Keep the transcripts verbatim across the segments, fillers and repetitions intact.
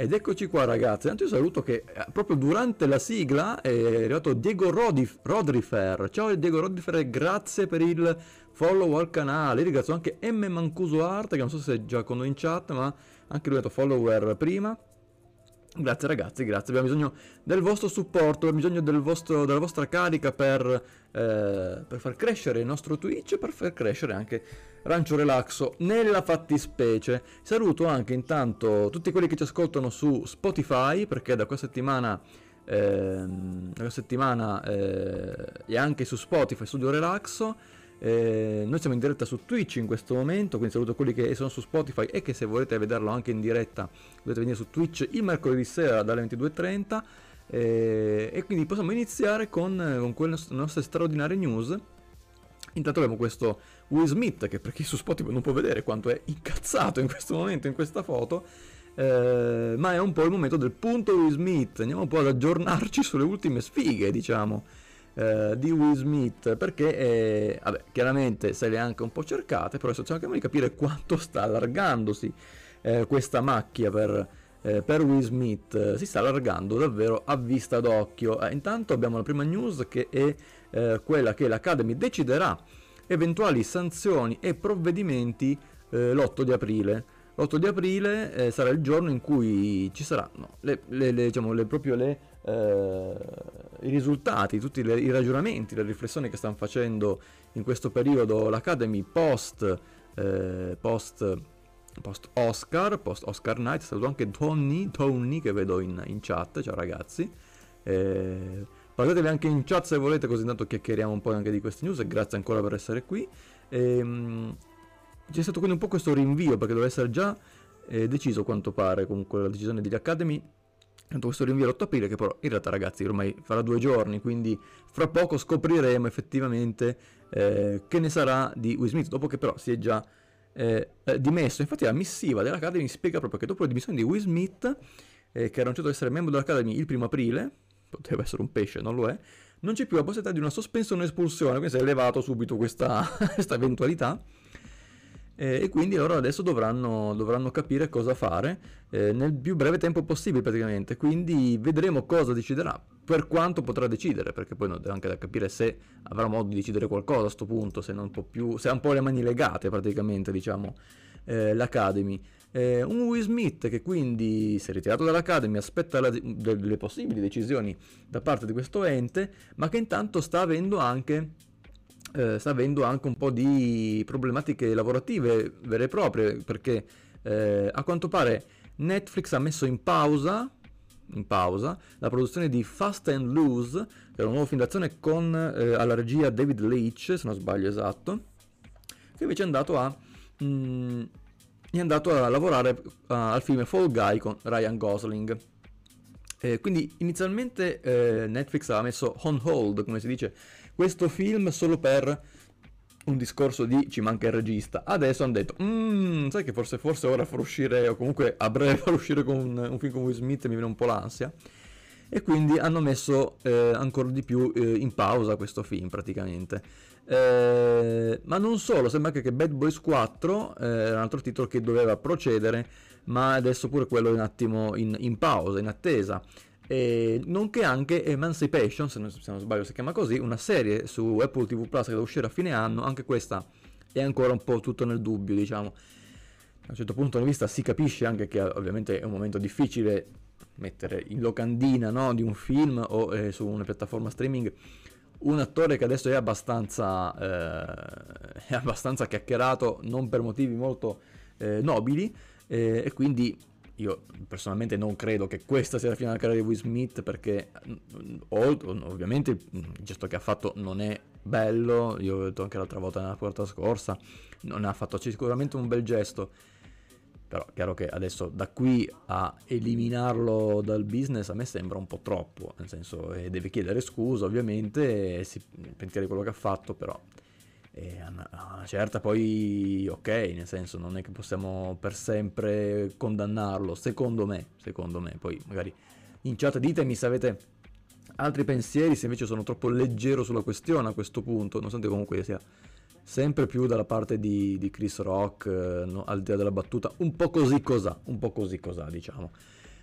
Ed eccoci qua ragazzi, tanto io saluto che eh, proprio durante la sigla è arrivato Diego Rodif- Rodrifer. Ciao Diego Rodrifer e grazie per il follow al canale. Io ringrazio anche M Mancuso Art, che non so se è già con noi in chat, ma anche lui è stato follower prima. Grazie ragazzi, grazie, abbiamo bisogno del vostro supporto, abbiamo bisogno del vostro, della vostra carica per, eh, per far crescere il nostro Twitch e per far crescere anche Rancio Relaxo nella fattispecie. Saluto anche intanto tutti quelli che ci ascoltano su Spotify, perché da questa settimana, eh, da questa settimana eh, e anche su Spotify Studio Relaxo. Eh, noi siamo in diretta su Twitch in questo momento, quindi saluto quelli che sono su Spotify e che se volete vederlo anche in diretta dovete venire su Twitch il mercoledì sera dalle ventidue e trenta, eh, e quindi possiamo iniziare con, con quelle nostre straordinarie news. Intanto abbiamo questo Will Smith, che per chi su Spotify non può vedere quanto è incazzato in questo momento in questa foto, eh, ma è un po' il momento del punto Will Smith. Andiamo un po' ad aggiornarci sulle ultime sfighe, diciamo, Uh, di Will Smith, perché eh, vabbè, chiaramente se le ha anche un po' cercate, però adesso cerchiamo di capire quanto sta allargandosi eh, questa macchia per, eh, per Will Smith. Eh, si sta allargando davvero a vista d'occhio. Eh, intanto abbiamo la prima news, che è eh, quella che l'Academy deciderà eventuali sanzioni e provvedimenti eh, l'otto di aprile. L'otto di aprile eh, sarà il giorno in cui ci saranno le, le, le, diciamo, le, proprio le, eh, i risultati, tutti le, i ragionamenti, le riflessioni che stanno facendo in questo periodo l'Academy post, eh, post, post Oscar, post Oscar Night. Saluto anche Tony, Tony che vedo in, in chat, ciao ragazzi. Eh, Parlatevi anche in chat se volete, così intanto chiacchieriamo un po' anche di queste news, e grazie ancora per essere qui. E, c'è stato quindi un po' questo rinvio, perché doveva essere già eh, deciso, quanto pare, comunque la decisione degli Academy, tanto questo rinvio all'otto aprile, che però in realtà ragazzi ormai farà due giorni, quindi fra poco scopriremo effettivamente eh, che ne sarà di Will Smith, dopo che però si è già eh, eh, dimesso. Infatti la missiva dell'Academy spiega proprio che dopo le dimissioni di Will Smith, eh, che era annunciato di essere membro dell'Academy il primo aprile, poteva essere un pesce, non lo è, non c'è più la possibilità di una sospensione o espulsione, quindi si è elevato subito questa, questa eventualità. Eh, e quindi loro adesso dovranno, dovranno capire cosa fare eh, nel più breve tempo possibile praticamente, quindi vedremo cosa deciderà, per quanto potrà decidere, perché poi non deve anche da capire se avrà modo di decidere qualcosa a sto punto, se non può più, se ha un po' le mani legate praticamente, diciamo, eh, l'Academy. Eh, un Will Smith che quindi si è ritirato dall'Academy, aspetta la, delle possibili decisioni da parte di questo ente, ma che intanto sta avendo anche Eh, sta avendo anche un po' di problematiche lavorative vere e proprie, perché eh, a quanto pare Netflix ha messo in pausa, in pausa la produzione di Fast and Loose, che era un nuovo film d'azione con eh, alla regia David Leitch, se non sbaglio esatto, che invece è andato a mh, è andato a lavorare uh, al film Fall Guy con Ryan Gosling. Eh, quindi inizialmente eh, Netflix aveva messo on hold, come si dice, questo film solo per un discorso di ci manca il regista. Adesso hanno detto, mmm, sai che forse, forse ora far uscire, o comunque a breve far uscire con un, un film con Will Smith, mi viene un po' l'ansia. E quindi hanno messo eh, ancora di più eh, in pausa questo film praticamente. Eh, ma non solo, sembra anche che Bad Boys quattro eh, era un altro titolo che doveva procedere, ma adesso pure quello è un attimo in, in pausa, in attesa. E nonché anche Emancipation, se non, se non sbaglio si chiama così, una serie su Apple ti vu Plus che deve uscire a fine anno. Anche questa è ancora un po' tutto nel dubbio, diciamo. Da un certo punto di vista si capisce anche che ovviamente è un momento difficile mettere in locandina, no, di un film o eh, su una piattaforma streaming un attore che adesso è abbastanza eh, è abbastanza chiacchierato, non per motivi molto eh, nobili, eh, e quindi io personalmente non credo che questa sia la fine della carriera di Will Smith, perché ovviamente il gesto che ha fatto non è bello, io l'ho detto anche l'altra volta nella porta scorsa, non ha fatto sicuramente un bel gesto, però chiaro che adesso da qui a eliminarlo dal business a me sembra un po' troppo, nel senso eh, deve chiedere scusa ovviamente, si pentirà di quello che ha fatto, però e a una certa poi ok, nel senso non è che possiamo per sempre condannarlo, secondo me, secondo me, poi magari in chat ditemi se avete altri pensieri, se invece sono troppo leggero sulla questione a questo punto, nonostante comunque sia sempre più dalla parte di, di Chris Rock, eh, no, al di là della battuta, un po' così cos'ha, un po' così cos'ha, diciamo.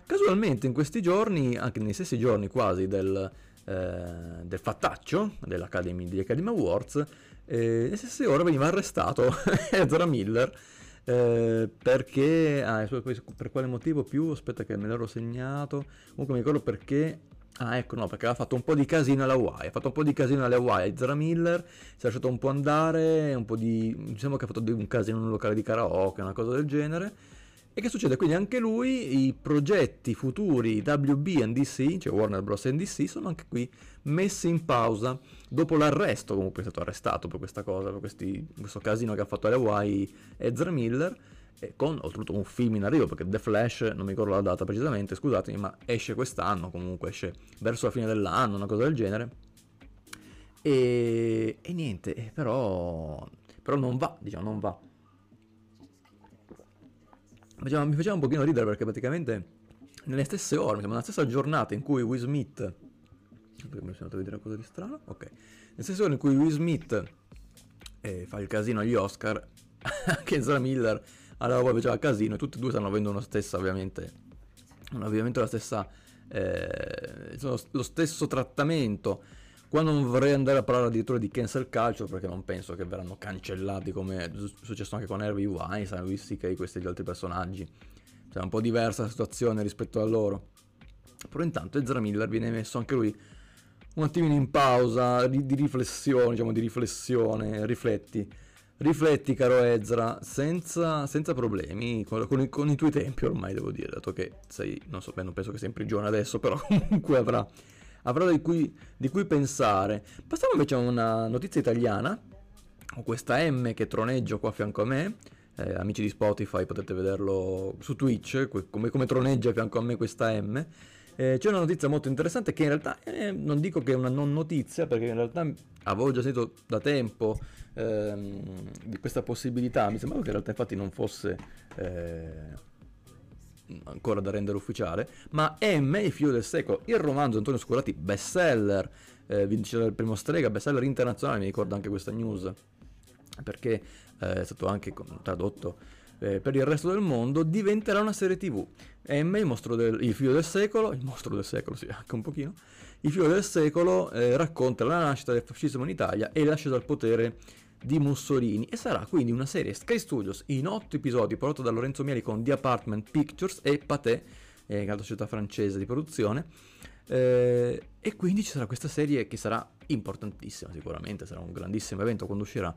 Casualmente in questi giorni, anche nei stessi giorni quasi del, eh, del fattaccio dell'Academy, degli Academy Awards, eh, nelle stesse ore veniva arrestato Ezra Miller, eh, perché, ah, per quale motivo più? Aspetta che me l'ero segnato, comunque mi ricordo perché, ah ecco no, perché aveva fatto un po' di casino alle Hawaii, ha fatto un po' di casino alle Hawaii, Ezra Miller, si è lasciato un po' andare, un po' di, mi sembra che ha fatto un casino in un locale di karaoke, una cosa del genere. E che succede? Quindi anche lui, i progetti futuri W B e D C, cioè Warner Bros. E D C, sono anche qui messi in pausa dopo l'arresto, comunque è stato arrestato per questa cosa, per questi, questo casino che ha fatto alle Hawaii Ezra Miller, e con oltretutto un film in arrivo, perché The Flash, non mi ricordo la data precisamente, scusatemi, ma esce quest'anno, comunque esce verso la fine dell'anno, una cosa del genere. E, e niente, però, però non va, diciamo, non va. Mi faceva un pochino ridere perché praticamente nelle stesse ore, nella stessa giornata in cui Will Smith, perché mi sono andato a vedere cosa di strano, ok, nelle stesse ore in cui Will Smith eh, fa il casino agli Oscar, anche Ezra Miller allora poi faceva casino e tutti e due stanno avendo una stessa, ovviamente, ovviamente la stessa, eh, lo stesso trattamento. Qua non vorrei andare a parlare addirittura di cancel culture perché non penso che verranno cancellati come è successo anche con Harvey Weinstein, Louis C K e questi gli altri personaggi. Cioè è un po' diversa la situazione rispetto a loro. Però intanto Ezra Miller viene messo anche lui un attimino in pausa di, di riflessione, diciamo di riflessione, rifletti. Rifletti caro Ezra, senza, senza problemi, con, con, i, con i tuoi tempi ormai devo dire, dato che sei, non so, beh, non penso che sei in prigione adesso, però comunque avrà... avrà di cui, di cui pensare. Passiamo invece a una notizia italiana, con questa M che troneggia qua a fianco a me, eh, amici di Spotify potete vederlo su Twitch, come, come troneggia a fianco a me questa M. Eh, c'è una notizia molto interessante che in realtà eh, non dico che è una non notizia, perché in realtà avevo già sentito da tempo ehm, di questa possibilità, mi sembrava che in realtà infatti non fosse... Eh, ancora da rendere ufficiale, ma M, il figlio del secolo, il romanzo di Antonio Scurati, bestseller, eh, vincitore del primo Strega, bestseller internazionale, mi ricordo anche questa news, perché eh, è stato anche tradotto eh, per il resto del mondo, diventerà una serie tv. M, il mostro del il figlio del secolo, il mostro del secolo, sì, anche un pochino, il figlio del secolo eh, racconta la nascita del fascismo in Italia e l'ascesa al potere di Mussolini, e sarà quindi una serie Sky Studios in otto episodi prodotta da Lorenzo Mieli con The Apartment Pictures e Pathé, eh, altra società francese di produzione, eh, e quindi ci sarà questa serie che sarà importantissima, sicuramente sarà un grandissimo evento quando uscirà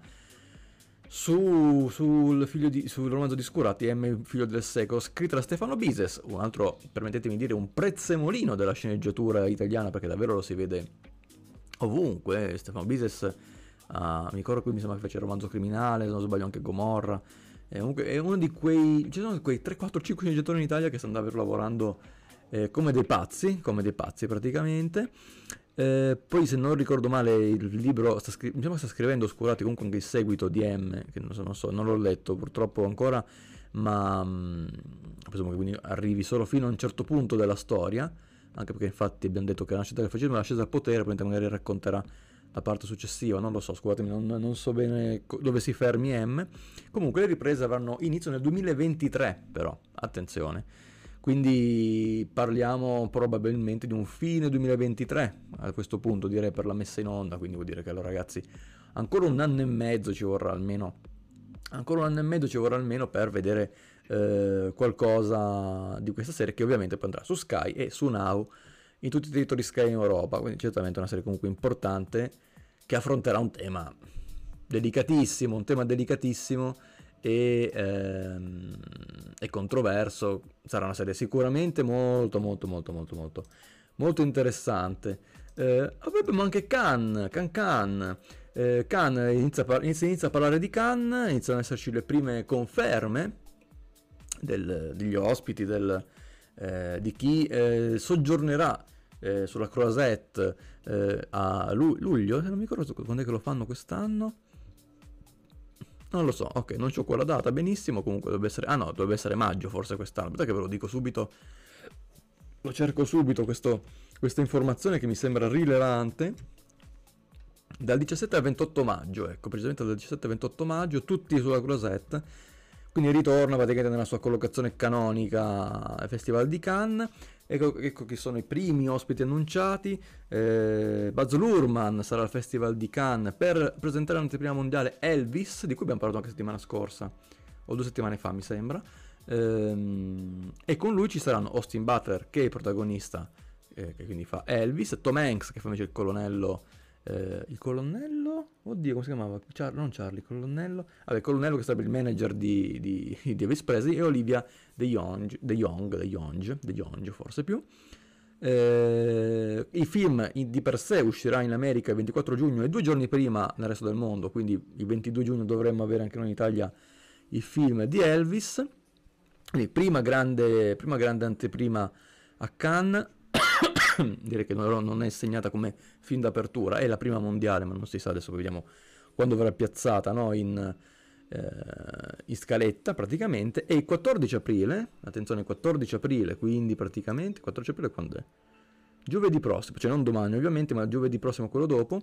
su, sul, figlio di, sul romanzo di Scurati, M, il figlio del secolo, scritta da Stefano Bises, un altro, permettetemi di dire, un prezzemolino della sceneggiatura italiana, perché davvero lo si vede ovunque. eh, Stefano Bises Uh, mi ricordo qui mi sembra che fece il romanzo criminale, se non sbaglio anche Gomorra, è, comunque, è uno di quei, ci sono quei tre quattro cinque sceneggiatori in Italia che stanno davvero lavorando eh, come dei pazzi, come dei pazzi praticamente. Eh, poi se non ricordo male il libro, sta scri- mi sembra che sta scrivendo Scurati comunque anche il seguito di M, che non so, non, so, non l'ho letto purtroppo ancora, ma mh, presumo che quindi arrivi solo fino a un certo punto della storia, anche perché infatti abbiamo detto che la nascita del fascismo è l'ascesa al potere, poi magari racconterà la parte successiva, non lo so, scusatemi, non, non so bene dove si fermi M. Comunque le riprese avranno inizio nel duemilaventitré, però, attenzione. Quindi parliamo probabilmente di un fine duemilaventitré, a questo punto direi per la messa in onda, quindi vuol dire che allora ragazzi ancora un anno e mezzo ci vorrà almeno, ancora un anno e mezzo ci vorrà almeno per vedere eh, qualcosa di questa serie, che ovviamente poi andrà su Sky e su Now, in tutti i territori Sky in Europa, quindi certamente una serie comunque importante che affronterà un tema delicatissimo, un tema delicatissimo e, ehm, e controverso. Sarà una serie sicuramente molto molto molto molto molto molto interessante. Eh, abbiamo anche Cannes, Cannes, Cannes. Eh, Cannes inizia, inizia, inizia a parlare di Cannes, iniziano ad esserci le prime conferme del, degli ospiti, del, eh, di chi eh, soggiornerà eh, sulla Croisette eh, a lu- luglio, se non mi ricordo quando è che lo fanno quest'anno. Non lo so, ok, non c'ho qua la data, benissimo, comunque dovrebbe essere... Ah no, dovrebbe essere maggio forse quest'anno, aspetta che ve lo dico subito, lo cerco subito questo, questa informazione che mi sembra rilevante. Dal diciassette al ventotto maggio, ecco, precisamente dal diciassette al ventotto maggio, tutti sulla Croisette, quindi ritorna praticamente nella sua collocazione canonica al Festival di Cannes. Ecco, ecco chi sono i primi ospiti annunciati. eh, Baz Luhrmann sarà al Festival di Cannes per presentare l'anteprima mondiale Elvis, di cui abbiamo parlato anche settimana scorsa, o due settimane fa mi sembra. Ehm, e con lui ci saranno Austin Butler, che è il protagonista, eh, che quindi fa Elvis, Tom Hanks, che fa invece il colonnello, eh, il colonnello? Oddio, come si chiamava? Char- non Charlie, il colonnello? Vabbè, il colonnello che sarebbe il manager di, di, di Elvis Presley, e Olivia De Jong, De Jong, De Jong, De Jong forse più. Eh, il film in- di per sé uscirà in America il ventiquattro giugno e due giorni prima nel resto del mondo, quindi il ventidue giugno dovremmo avere anche noi in Italia il film di Elvis. Quindi prima grande, prima grande anteprima a Cannes. Direi che non non è segnata come film d'apertura, è la prima mondiale, ma non si sa, adesso vediamo quando verrà piazzata, no? in, eh, in scaletta praticamente. E il quattordici aprile, attenzione, il quattordici aprile, quindi praticamente, quattordici aprile quando è? Giovedì prossimo, cioè non domani ovviamente, ma giovedì prossimo, quello dopo,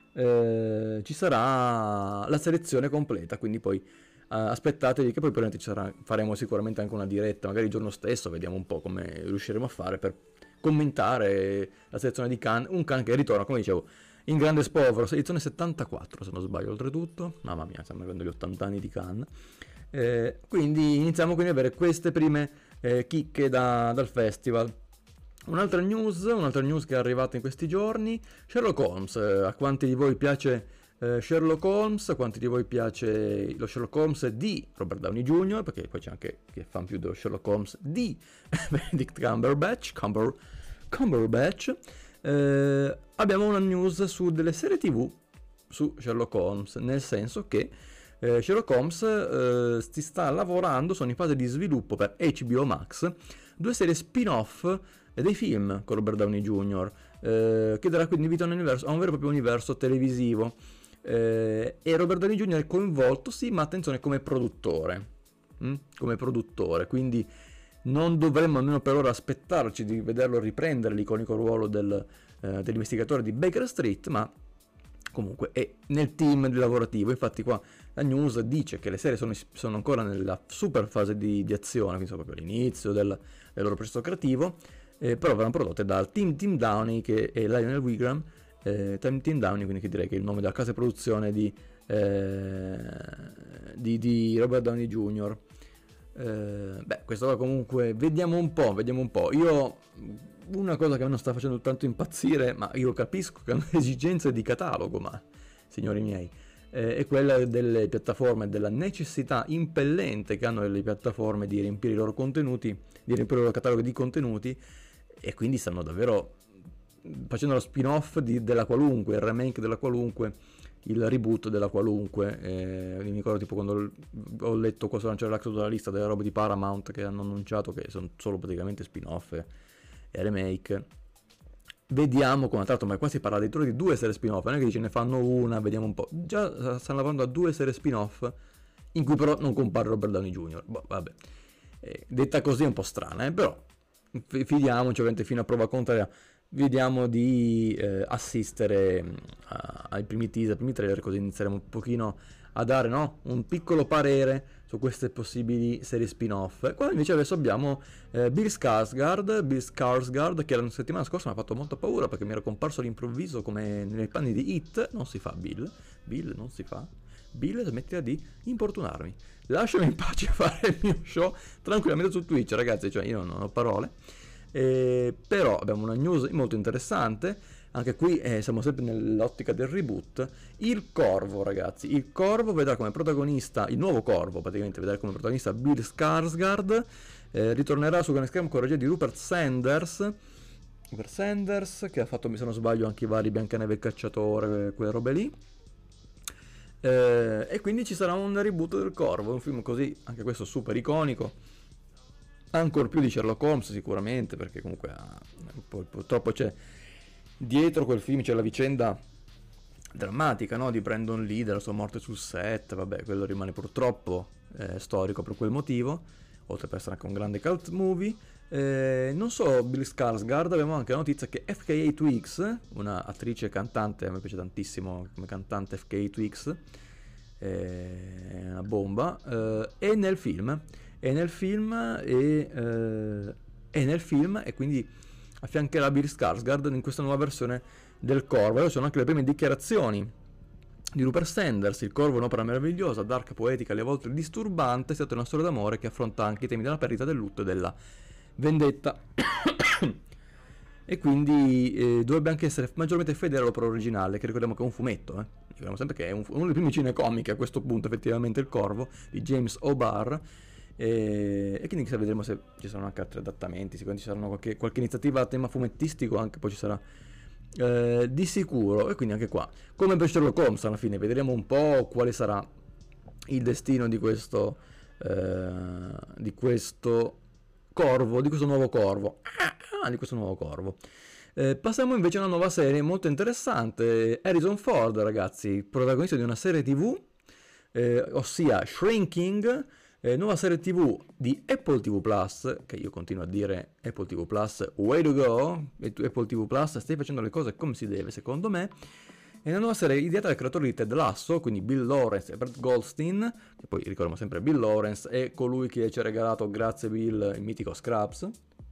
eh, ci sarà la selezione completa, quindi poi Uh, aspettatevi che poi probabilmente ci sarà, faremo sicuramente anche una diretta, magari il giorno stesso, vediamo un po' come riusciremo a fare per commentare la selezione di Cannes, un Cannes che ritorna, come dicevo, in grande spolvero, selezione settantaquattro se non sbaglio, oltretutto, mamma mia, stiamo arrivando agli ottanta anni di Cannes. Eh, quindi iniziamo quindi ad avere queste prime eh, chicche da, dal festival. Un'altra news, un'altra news che è arrivata in questi giorni, Sherlock Holmes. Eh, a quanti di voi piace eh, Sherlock Holmes, a quanti di voi piace lo Sherlock Holmes di Robert Downey junior, perché poi c'è anche chi è fan più dello Sherlock Holmes di Benedict Cumberbatch, Cumber, Cumberbatch. Eh, abbiamo una news su delle serie tv su Sherlock Holmes, nel senso che eh, Sherlock Holmes eh, si sta lavorando, sono in fase di sviluppo per H B O Max, due serie spin-off dei film con Robert Downey junior, eh, che darà quindi vita a un, universo, a un vero e proprio universo televisivo. Eh, e Robert Downey junior è coinvolto, sì, ma attenzione, come produttore. Mm? Come produttore, quindi non dovremmo almeno per ora aspettarci di vederlo riprendere l'iconico ruolo del, eh, dell'investigatore di Baker Street, ma comunque è nel team lavorativo. Infatti qua la news dice che le serie sono, sono ancora nella super fase di, di azione, quindi sono proprio all'inizio del, del loro processo creativo, eh, però verranno prodotte dal team Tim Downey, che è Lionel Wigram, eh, team Tim Downey, quindi che direi che è il nome della casa di produzione di, eh, di, di Robert Downey junior Eh, beh, questo qua comunque, vediamo un po', vediamo un po'. Io, una cosa che a me non sta facendo tanto impazzire, ma io capisco che è un'esigenza di catalogo, ma, signori miei, eh, è quella delle piattaforme, della necessità impellente che hanno le piattaforme di riempire i loro contenuti, di riempire il loro catalogo di contenuti, e quindi stanno davvero facendo lo spin-off di, della qualunque, il remake della qualunque, il reboot della qualunque. Eh, mi ricordo tipo quando ho letto cosa c'era la lista delle robe di Paramount che hanno annunciato che sono solo praticamente spin-off e, e remake. Vediamo come, tra l'altro, ma qua si parla addirittura di due serie spin-off, non è che dice ne fanno una, vediamo un po'. Già stanno lavorando a due serie spin-off in cui però non compare Robert Downey junior Boh, vabbè. Eh, detta così è un po' strana, eh, però fidiamoci, ovviamente fino a prova contraria. Vediamo di eh, assistere a, ai primi teaser, ai primi trailer, così inizieremo un pochino a dare, no, un piccolo parere su queste possibili serie spin-off. Qua invece adesso abbiamo eh, Bill Skarsgård, Bill Skarsgård, che la settimana scorsa mi ha fatto molto paura perché mi era comparso all'improvviso come nei panni di It. Non si fa, Bill, Bill non si fa. Bill, smettila di importunarmi, lasciami in pace a fare il mio show tranquillamente su Twitch, ragazzi, cioè io non ho parole. Eh, però abbiamo una news molto interessante, anche qui eh, siamo sempre nell'ottica del reboot. Il Corvo, ragazzi, il Corvo vedrà come protagonista, il nuovo Corvo praticamente vedrà come protagonista Bill Skarsgård, eh, ritornerà su grande schermo con la regia di Rupert Sanders, Rupert Sanders che ha fatto, se non sbaglio, anche i vari Biancaneve e il Cacciatore, quelle robe lì. Eh, e quindi ci sarà un reboot del Corvo, un film così, anche questo super iconico, ancora più di Sherlock Holmes sicuramente, perché comunque ah, purtroppo c'è dietro quel film, c'è la vicenda drammatica, no, di Brandon Lee, della sua morte sul set. Vabbè, quello rimane purtroppo eh, storico per quel motivo, oltre per essere anche un grande cult movie. Eh, non solo Bill Skarsgård, abbiamo anche la notizia che F K A Twigs, una attrice e cantante, a me piace tantissimo come cantante F K A Twigs, è una bomba, eh, è nel film, è nel film e, eh, è nel film e quindi affiancherà Bill Skarsgård in questa nuova versione del Corvo. Ci sono anche le prime dichiarazioni di Rupert Sanders. Il Corvo è un'opera meravigliosa, dark, poetica, alle volte disturbante, è stata una storia d'amore che affronta anche i temi della perdita, del lutto e della vendetta. E quindi eh, dovrebbe anche essere maggiormente fedele all'opera originale, che ricordiamo che è un fumetto, eh. Ricordiamo sempre che è un, uno dei primi cinecomici a questo punto, effettivamente, Il Corvo, di James O'Barr. E, e quindi vedremo se ci saranno anche altri adattamenti, sicuramente ci saranno qualche, qualche iniziativa a tema fumetistico, anche poi ci sarà eh, di sicuro. E quindi anche qua, come per Sherlock Holmes, alla fine vedremo un po' quale sarà il destino di questo eh, di questo corvo, di questo nuovo corvo ah, di questo nuovo corvo. Eh, passiamo invece a una nuova serie molto interessante. Harrison Ford, ragazzi, protagonista di una serie tv, eh, ossia Shrinking, eh, nuova serie tv di Apple ti vu Plus, che io continuo a dire Apple ti vu Plus, way to go, Apple ti vu Plus, stai facendo le cose come si deve, secondo me. È una nuova serie ideata dal creatore di Ted Lasso, quindi Bill Lawrence e Brett Goldstein, che poi ricordiamo sempre Bill Lawrence, è colui che ci ha regalato, grazie Bill, il mitico Scrubs.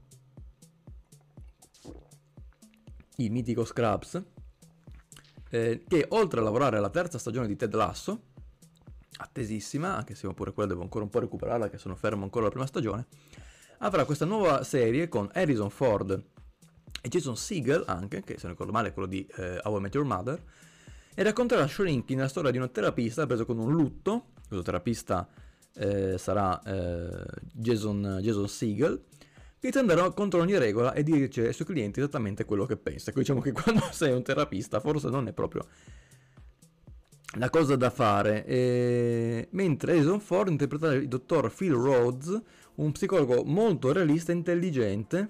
Il mitico Scrubs, eh, che oltre a lavorare alla terza stagione di Ted Lasso, attesissima, anche se pure quella devo ancora un po' recuperarla, che sono fermo ancora alla prima stagione, avrà questa nuova serie con Harrison Ford e Jason Segel anche, che se non ricordo male è quello di eh, How I Met Your Mother, e racconterà Shrinking, la storia di un terapista preso con un lutto. Questo terapista eh, sarà eh, Jason, Jason Segel, che tenderà contro ogni regola e dice ai suoi clienti esattamente quello che pensa. Quindi diciamo che quando sei un terapista forse non è proprio la cosa da fare. E... mentre Harrison Ford interpreterà il dottor Phil Rhodes, un psicologo molto realista e intelligente.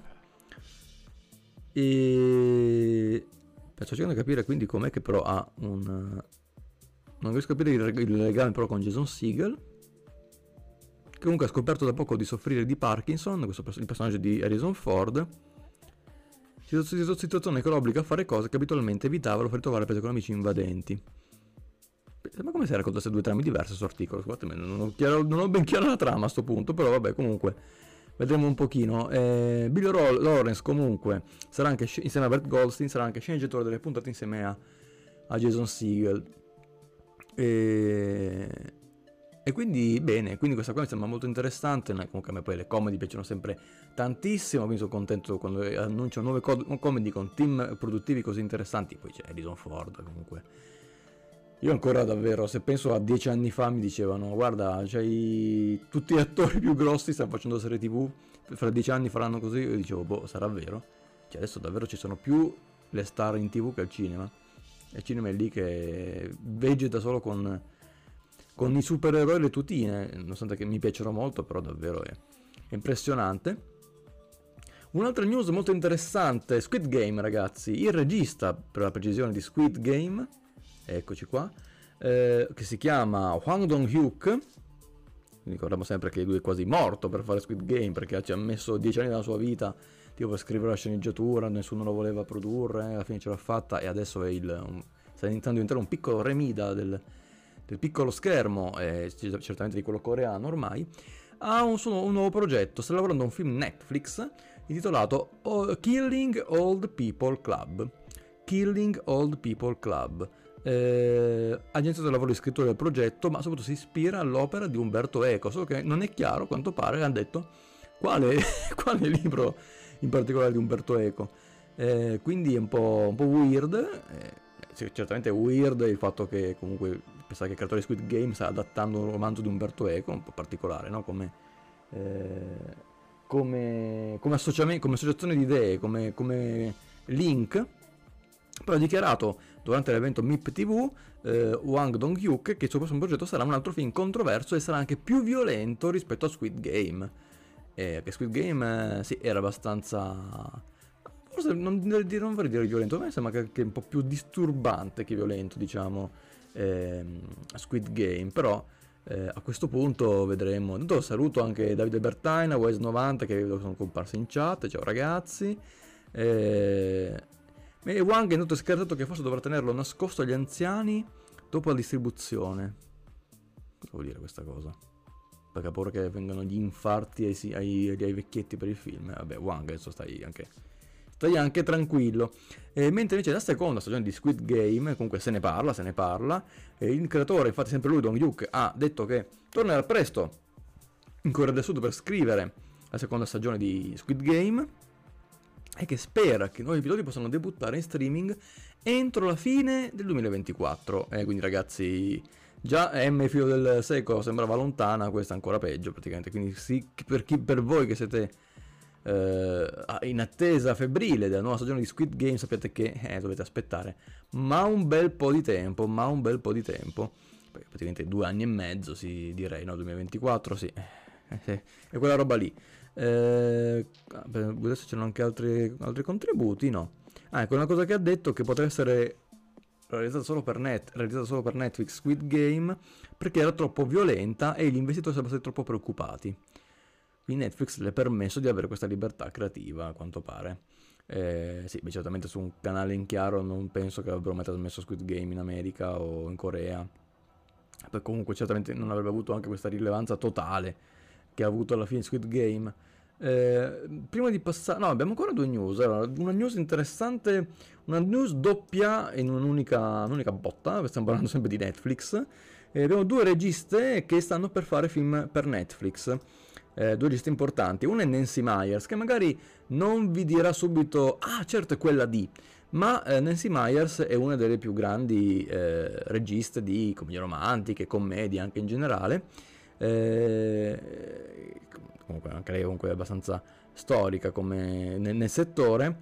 E sto cercando di capire quindi com'è che però ha un... non riesco a capire il, il legame però con Jason Segel, che comunque ha scoperto da poco di soffrire di Parkinson, questo il personaggio di Harrison Ford, situazione che lo obbliga a fare cose che abitualmente evitava, lo fa ritrovare preso con amici invadenti. Ma come se raccontasse due trame diverse su articolo? Scusatemi, non ho, chiaro, non ho ben chiara la trama a sto punto, però vabbè, comunque vedremo un pochino. eh, Bill Lawrence comunque sarà anche, insieme a Bert Goldstein, sarà anche sceneggiatore delle puntate insieme a, a Jason Segel. E... E quindi bene, quindi questa qua mi sembra molto interessante. Comunque a me poi le comedy piacciono sempre tantissimo, quindi sono contento quando annunciano nuove co- comedy con team produttivi così interessanti. Poi c'è Harrison Ford comunque. Io ancora davvero, se penso a dieci anni fa mi dicevano guarda, c'hai tutti gli attori più grossi, stanno facendo serie tv, fra dieci anni faranno così, io dicevo boh, sarà vero? Cioè adesso davvero ci sono più le star in tv che al cinema. E il cinema è lì che vegeta solo con... con i supereroi e le tutine, nonostante che mi piacciono molto, però davvero è, è impressionante. Un'altra news molto interessante, Squid Game, ragazzi. Il regista, per la precisione, di Squid Game, eccoci qua, eh, che si chiama Hwang Dong-hyuk. Ricordiamo sempre che lui è quasi morto per fare Squid Game, perché ci ha messo dieci anni della sua vita tipo per scrivere la sceneggiatura, nessuno lo voleva produrre, alla fine ce l'ha fatta e adesso è il, un, sta iniziando a diventare un piccolo remida del... del piccolo schermo, eh, certamente di quello coreano ormai. Ha un, suo, un nuovo progetto, sta lavorando a un film Netflix intitolato Killing Old People Club. Killing Old People Club. Eh, ha iniziato il lavoro di scrittore del progetto, ma soprattutto si ispira all'opera di Umberto Eco, solo che non è chiaro, a quanto pare, hanno detto quale, quale libro in particolare di Umberto Eco. Eh, quindi è un po', un po' weird. Eh, certamente è weird il fatto che comunque pensare che il creatore di Squid Game sta adattando un romanzo di Umberto Eco, un po' particolare, no? Come, eh, come, come, associamento, come associazione di idee, come, come link. Però ha dichiarato durante l'evento M I P ti vu eh, Hwang Dong-hyuk che il suo prossimo progetto sarà un altro film controverso e sarà anche più violento rispetto a Squid Game. Eh, che Squid Game eh, sì, era abbastanza... forse non, non vorrei dire violento, ma mi sembra che, che è un po' più disturbante che violento, diciamo, ehm, Squid Game. Però eh, a questo punto vedremo. Intanto saluto anche Davide Bertaina, Wise novanta, che sono comparsi in chat. Ciao ragazzi. Eh, e Wang è inoltre scherzato che forse dovrà tenerlo nascosto agli anziani dopo la distribuzione. vuol dire questa cosa? Perché ha paura che vengano gli infarti ai, si- ai, ai vecchietti per il film. Eh, vabbè, Wang, adesso stai anche, stai anche tranquillo. E mentre invece la seconda stagione di Squid Game, comunque se ne parla, se ne parla. E il creatore, infatti sempre lui, Dong Yuk, ha detto che tornerà presto in Corea del Sud per scrivere la seconda stagione di Squid Game e che spera che i nuovi episodi possano debuttare in streaming entro la fine del duemilaventiquattro. E quindi ragazzi, già M Filo del secolo sembrava lontana, questa è ancora peggio praticamente, quindi sì, per, chi, per voi che siete eh, in attesa febbrile della nuova stagione di Squid Game, sapete che eh, dovete aspettare ma un bel po' di tempo, ma un bel po' di tempo, perché praticamente due anni e mezzo, sì, direi, no, duemilaventiquattro, sì, eh, sì, è quella roba lì. Eh, adesso c'erano anche altri, altri contributi, no? Ah, ecco, una cosa che ha detto, che potrebbe essere realizzata solo per net, realizzata solo per Netflix Squid Game, perché era troppo violenta e gli investitori sarebbero stati troppo preoccupati. Quindi Netflix le ha permesso di avere questa libertà creativa, a quanto pare. Eh, sì, beh, certamente su un canale in chiaro non penso che avrebbero mai trasmesso Squid Game in America o in Corea. Poi comunque certamente non avrebbe avuto anche questa rilevanza totale che ha avuto alla fine Squid Game. Eh, prima di passare, no, abbiamo ancora due news. Allora, una news interessante, una news doppia in un'unica, un'unica botta. Stiamo parlando sempre di Netflix. Eh, abbiamo due registe che stanno per fare film per Netflix. Eh, due registe importanti. Una è Nancy Meyers, che magari non vi dirà subito, ah, certo è quella di. Ma eh, Nancy Meyers è una delle più grandi eh, registe di commedie romantiche, commedie anche in generale. Eh, comunque anche lei comunque è abbastanza storica come nel, nel settore,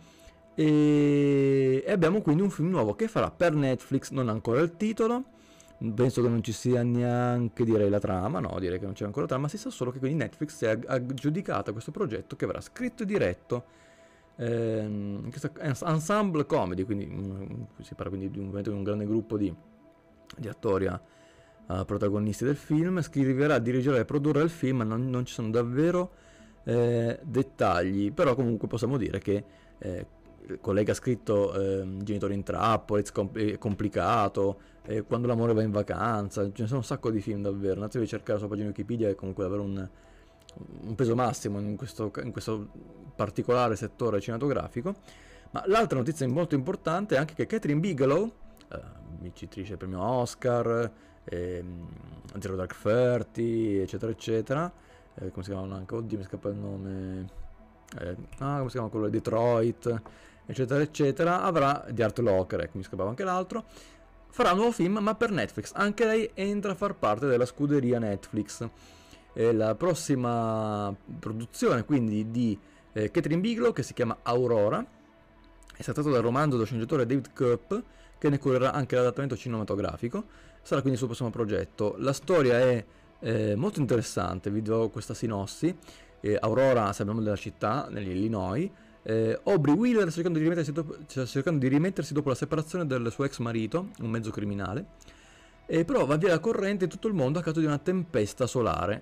e, e abbiamo quindi un film nuovo che farà per Netflix. Non ha ancora il titolo, penso che non ci sia neanche, direi, la trama, no, direi che non c'è ancora la trama, si sa solo che quindi Netflix si è aggiudicata questo progetto che verrà scritto e diretto, ehm, questo è un ensemble comedy, quindi um, si parla quindi di un, di un grande gruppo di, di attori a Uh, protagonisti del film. Scriverà, dirigerà e produrrà il film, non, non ci sono davvero eh, dettagli, però comunque possiamo dire che eh, il collega ha scritto eh, Genitori in trappola, It's compl- complicato, eh, Quando l'amore va in vacanza, ce ne sono un sacco di film davvero. Andate a cercare sulla pagina Wikipedia, è comunque davvero un, un peso massimo in questo, in questo particolare settore cinematografico. Ma l'altra notizia molto importante è anche che Catherine Bigelow, eh, vincitrice del premio Oscar, ehm, Zero Dark Thirty, eccetera eccetera, eh, come si chiamano anche, oddio mi scappa il nome, eh, ah, come si chiama quello, Detroit, eccetera eccetera, avrà di Art Locker, ecco, mi scappava anche l'altro, farà un nuovo film ma per Netflix. Anche lei entra a far parte della scuderia Netflix. E la prossima produzione quindi di eh, Catherine Bigelow, che si chiama Aurora, è trattato dal romanzo dello sceneggiatore David Koepp, che ne curerà anche l'adattamento cinematografico. Sarà quindi il suo prossimo progetto. La storia è eh, molto interessante, vi do questa sinossi. Eh, Aurora, sappiamo, della città, nell'Illinois. Eh, Aubrey Wheeler sta cercando di rimettersi dopo, sta cercando di rimettersi dopo la separazione del suo ex marito, un mezzo criminale, e però va via la corrente in tutto il mondo a causa di una tempesta solare.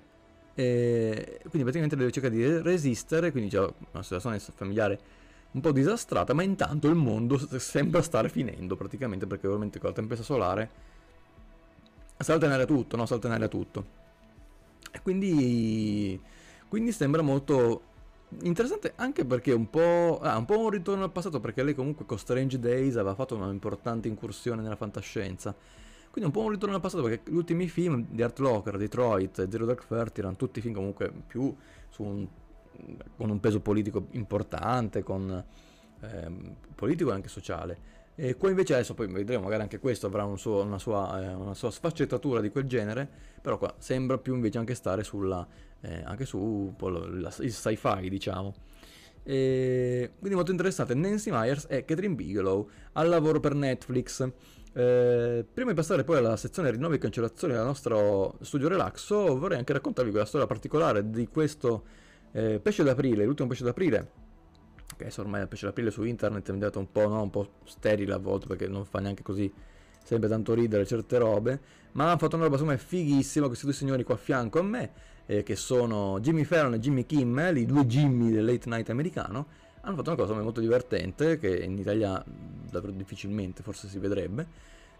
E quindi praticamente deve cercare di resistere, quindi c'è una situazione familiare un po' disastrata, ma intanto il mondo sembra stare finendo praticamente, perché ovviamente con la tempesta solare salta in aria tutto, no? Salta in aria tutto. E quindi, quindi sembra molto interessante, anche perché è un po', ah, un po' un ritorno al passato, perché lei comunque con Strange Days aveva fatto una importante incursione nella fantascienza. Quindi un po' un ritorno al passato, perché gli ultimi film di Art Locker, Detroit, Zero Dark Thirty erano tutti film comunque più su un, con un peso politico importante, con ehm, politico e anche sociale. E qua invece adesso poi vedremo, magari anche questo avrà un suo, una, sua, eh, una sua sfaccettatura di quel genere, però qua sembra più invece anche stare sulla, eh, anche su un po' la, il sci-fi, diciamo. E quindi molto interessante. Nancy Meyers e Catherine Bigelow al lavoro per Netflix. Eh, prima di passare poi alla sezione rinnovi e cancellazioni del nostro studio Relaxo, vorrei anche raccontarvi quella storia particolare di questo eh, pesce d'aprile, l'ultimo pesce d'aprile, che adesso ormai il pesce d'aprile su internet è diventato un po', no, un po' sterile a volte, perché non fa neanche così sempre tanto ridere certe robe, ma hanno fatto una roba secondo me fighissima questi due signori qua a fianco a me, eh, che sono Jimmy Fallon e Jimmy Kimmel, i due Jimmy del late night americano. Hanno fatto una cosa molto divertente che in Italia davvero difficilmente forse si vedrebbe,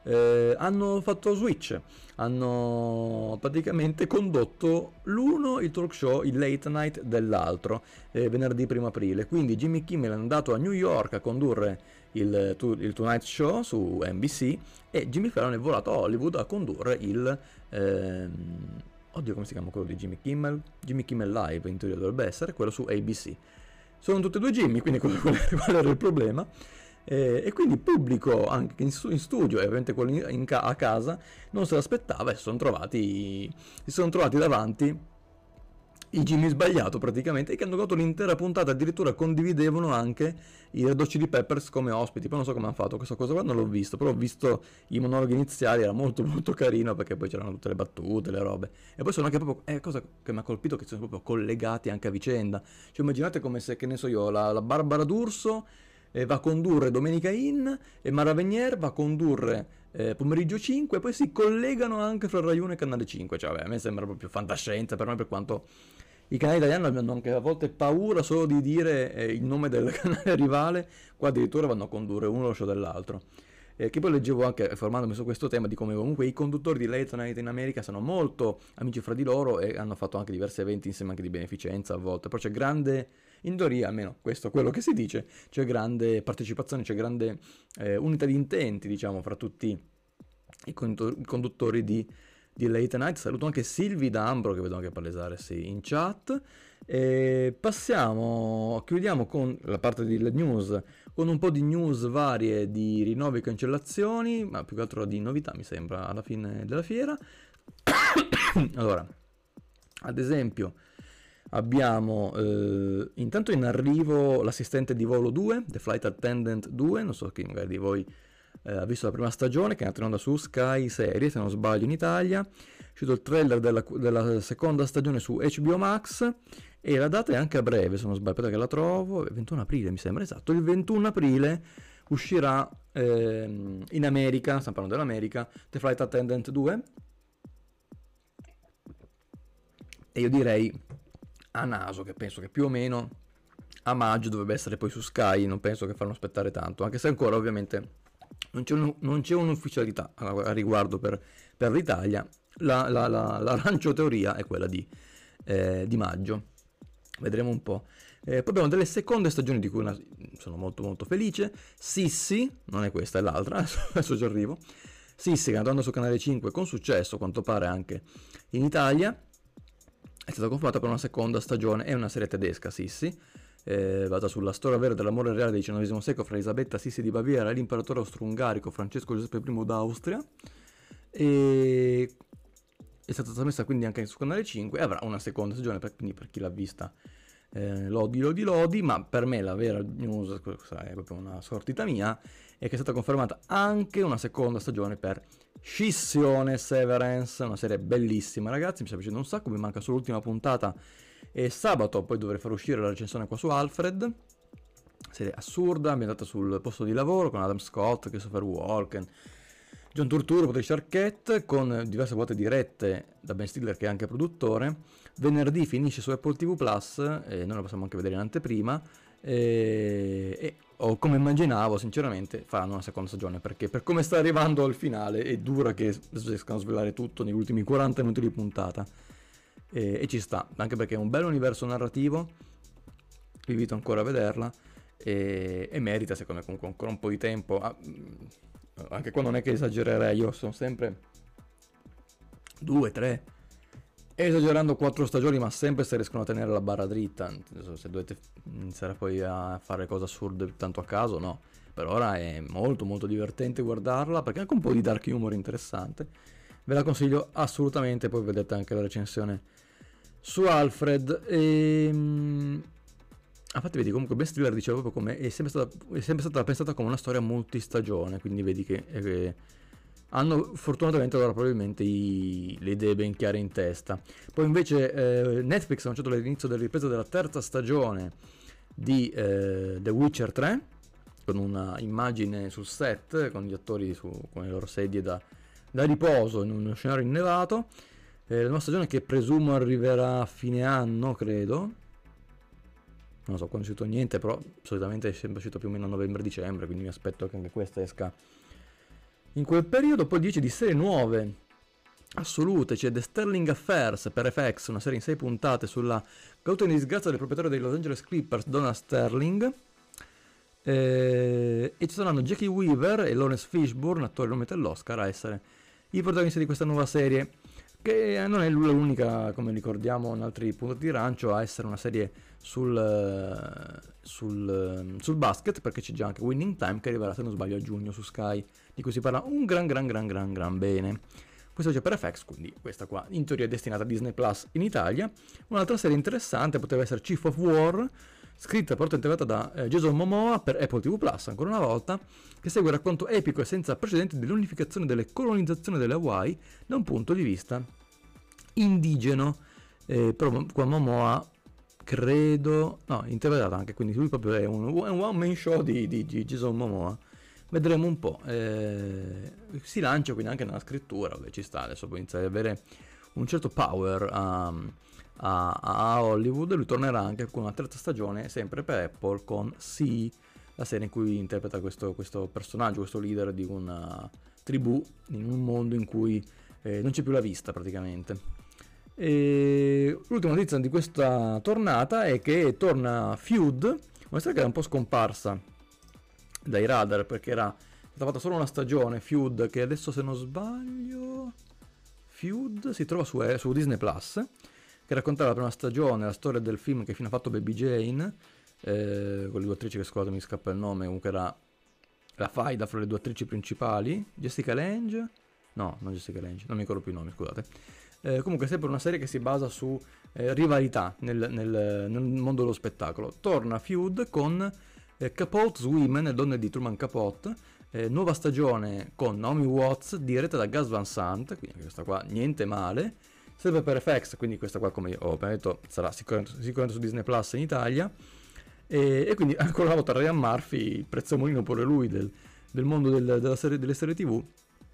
eh, hanno fatto switch, hanno praticamente condotto l'uno il talk show, il late night dell'altro, eh, venerdì primo aprile. Quindi Jimmy Kimmel è andato a New York a condurre il, il Tonight Show su N B C e Jimmy Fallon è volato a Hollywood a condurre il... Ehm, oddio, come si chiama quello di Jimmy Kimmel? Jimmy Kimmel Live, in teoria dovrebbe essere, quello su A B C. Sono tutti e due Jimmy, quindi qual era il problema? Eh, e quindi il pubblico anche in, in studio e ovviamente quello in, in ca a casa non se l'aspettava e si sono trovati, si sono trovati davanti i Jimmy sbagliato praticamente, e che hanno giocato l'intera puntata, addirittura condividevano anche i Red Hot Chili Peppers come ospiti. Poi non so come hanno fatto questa cosa qua, non l'ho visto, però ho visto i monologhi iniziali, era molto molto carino perché poi c'erano tutte le battute, le robe, e poi sono anche proprio, è eh, cosa che mi ha colpito, che sono proprio collegati anche a vicenda. Cioè immaginate come se, che ne so io, la, la Barbara D'Urso eh, va a condurre Domenica In e Mara Venier va a condurre eh, Pomeriggio cinque, e poi si collegano anche fra Rai uno e Canale cinque. Cioè vabbè, a me sembra proprio fantascienza per noi, per quanto i canali italiani hanno anche a volte paura solo di dire eh, il nome del canale rivale, qua addirittura vanno a condurre uno lo show dell'altro. Eh, che poi leggevo anche, informandomi su questo tema, di come comunque i conduttori di Late Night in America sono molto amici fra di loro e hanno fatto anche diversi eventi insieme, anche di beneficenza a volte. Però c'è grande, in teoria almeno questo è quello che si dice, c'è grande partecipazione, c'è grande eh, unità di intenti, diciamo, fra tutti i conduttori di di Late Night. Saluto anche Silvi D'Ambro, che vedo anche palesarsi in chat. E passiamo, chiudiamo con la parte delle news, con un po' di news varie di rinnovi e cancellazioni, ma più che altro di novità mi sembra alla fine della fiera. Allora, ad esempio abbiamo eh, intanto in arrivo l'assistente di volo due, The Flight Attendant due, non so chi magari di voi Eh, ha visto la prima stagione, che è andata in onda su Sky Serie, se non sbaglio, in Italia. È uscito il trailer della, della seconda stagione su H B O Max e la data è anche a breve, se non sbaglio, aspetta che la trovo, ventuno aprile mi sembra, esatto, il ventuno aprile uscirà ehm, in America, stiamo parlando dell'America, The Flight Attendant due, e io direi a naso che penso che più o meno a maggio dovrebbe essere poi su Sky, non penso che faranno aspettare tanto, anche se ancora ovviamente non c'è, un, non c'è un'ufficialità a, a riguardo per, per l'Italia. La, la, la, l'arancio teoria è quella di, eh, di maggio, vedremo un po'. Eh, poi abbiamo delle seconde stagioni di cui una, sono molto molto felice. Sissi, non è questa, è l'altra, adesso ci arrivo. Sissi, che è andando su Canale cinque con successo, a quanto pare anche in Italia, è stata confermata per una seconda stagione. È una serie tedesca, Sissi, Eh, basata sulla storia vera dell'amore reale del diciannovesimo secolo fra Elisabetta Sissi di Baviera e l'imperatore austro-ungarico Francesco Giuseppe I d'Austria, e è stata trasmessa quindi anche su Canale cinque e avrà una seconda stagione, per, quindi per chi l'ha vista eh, lodi lodi lodi. Ma per me la vera news, questa è proprio una sortita mia, è che è stata confermata anche una seconda stagione per Scissione Severance, una serie bellissima ragazzi, mi sta piacendo un sacco, mi manca solo l'ultima puntata e sabato poi dovrei far uscire la recensione qua su Alfred. Serie assurda, ambientata sul posto di lavoro, con Adam Scott, Christopher Walken, John Turturro, Patricia Arquette, con diverse volte dirette da Ben Stiller, che è anche produttore. Venerdì finisce su Apple T V Plus, e noi la possiamo anche vedere in anteprima, e, e o come immaginavo sinceramente faranno una seconda stagione, perché per come sta arrivando al finale è dura che riescano a svelare tutto negli ultimi quaranta minuti di puntata. E, e ci sta, anche perché è un bel universo narrativo, vi invito ancora a vederla, e, e merita secondo me comunque ancora un po' di tempo, ah, anche qua non è che esagererei, io sono sempre due, tre, esagerando quattro stagioni, ma sempre se riescono a tenere la barra dritta. Se dovete iniziare poi a fare cose assurde tanto a caso, no, per ora è molto molto divertente guardarla, perché ha anche un po' di dark humor interessante, ve la consiglio assolutamente. Poi vedete anche la recensione su Alfred. E infatti vedi comunque Ben Stiller diceva proprio come è sempre stata, è sempre stata pensata come una storia multistagione, quindi vedi che eh, hanno fortunatamente allora probabilmente i, le idee ben chiare in testa. Poi invece eh, Netflix ha annunciato l'inizio della ripresa della terza stagione di eh, The Witcher tre, con una immagine sul set con gli attori su, con le loro sedie da, da riposo in uno scenario innevato. Eh, la nuova stagione, che presumo arriverà a fine anno, credo, non so quando è uscito niente, però solitamente è sempre uscito più o meno a novembre-dicembre, quindi mi aspetto che anche questa esca in quel periodo. Poi dice di serie nuove assolute, c'è The Sterling Affairs per F X, una serie in sei puntate sulla cauta in disgrazia del proprietario dei Los Angeles Clippers, Donald Sterling. Eh, e ci saranno Jackie Weaver e Lawrence Fishburne, attori nominati all'Oscar, a essere i protagonisti di questa nuova serie, che non è l'unica, come ricordiamo in altri punti di rancio, a essere una serie sul, sul, sul basket, perché c'è già anche Winning Time, che arriverà, se non sbaglio, a giugno su Sky, di cui si parla un gran gran gran gran gran bene. Questo c'è per F X, quindi questa qua in teoria è destinata a Disney Plus in Italia. Un'altra serie interessante poteva essere Chief of War, scritta e porta interpretata da eh, Jason Momoa per Apple T V Plus, ancora una volta, che segue il racconto epico e senza precedenti dell'unificazione delle colonizzazioni delle Hawaii da un punto di vista indigeno. Eh, però qua Momoa, credo, no, interpretata anche, quindi lui proprio è un, un one man show di, di, di Jason Momoa. Vedremo un po', eh, si lancia quindi anche nella scrittura, vabbè, ci sta, adesso può iniziare ad avere un certo power a, a, a Hollywood. Lui tornerà anche con una terza stagione, sempre per Apple, con C, la serie in cui interpreta questo, questo personaggio, questo leader di una tribù in un mondo in cui eh, non c'è più la vista praticamente. E l'ultima notizia di questa tornata è che torna Feud, una serie che era un po' scomparsa dai radar perché era stata fatta solo una stagione, Feud, che adesso, se non sbaglio, Feud si trova su, eh, su Disney Plus, che raccontava la prima stagione, la storia del film che fino ha fatto Baby Jane, eh, con le due attrici che, scusate, mi scappa il nome, comunque era la faida fra le due attrici principali, Jessica Lange, no, non Jessica Lange, non mi ricordo più i nomi, scusate. Eh, comunque è sempre una serie che si basa su eh, rivalità nel, nel, nel mondo dello spettacolo. Torna Feud con eh, Capote's Women, le donne di Truman Capote, eh, nuova stagione con Naomi Watts, diretta da Gus Van Sant, quindi questa qua niente male, sempre per F X, quindi questa qua, come ho appena detto, sarà sicuramente, sicuramente su Disney Plus in Italia, e, e quindi ancora una volta Ryan Murphy, prezzemolino pure lui del, del mondo del, della serie, delle serie tv,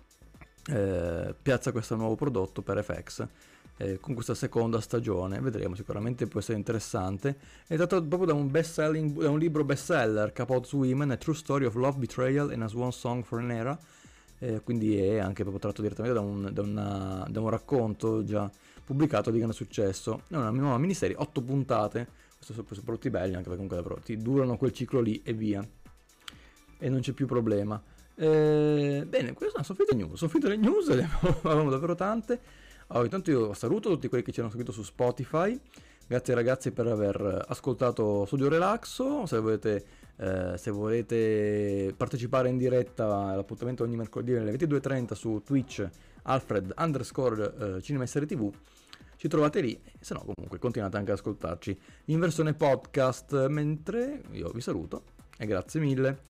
eh, piazza questo nuovo prodotto per F X, eh, con questa seconda stagione. Vedremo, sicuramente può essere interessante. È tratto proprio da un best selling, da un libro bestseller, Capote's Women, A True Story of Love, Betrayal and a Swan Song for an Era, eh, quindi è anche proprio tratto direttamente da un, da, una, da un racconto già pubblicato di grande successo. È una nuova miniserie, otto puntate, questo sono prodotti belli, anche perché comunque i prodotti durano quel ciclo lì e via, e non c'è più problema. Eh, bene, queste sono finite le news, sono finite le news, avevamo davvero tante. Oh, intanto io saluto tutti quelli che ci hanno seguito su Spotify, grazie ragazzi per aver ascoltato Studio Relaxo. Se volete, eh, se volete partecipare in diretta all'appuntamento ogni mercoledì alle ventidue e trenta su Twitch, Alfred underscore eh, Cinema e Serie tv, ci trovate lì, se no comunque continuate anche ad ascoltarci in versione podcast, mentre io vi saluto e grazie mille.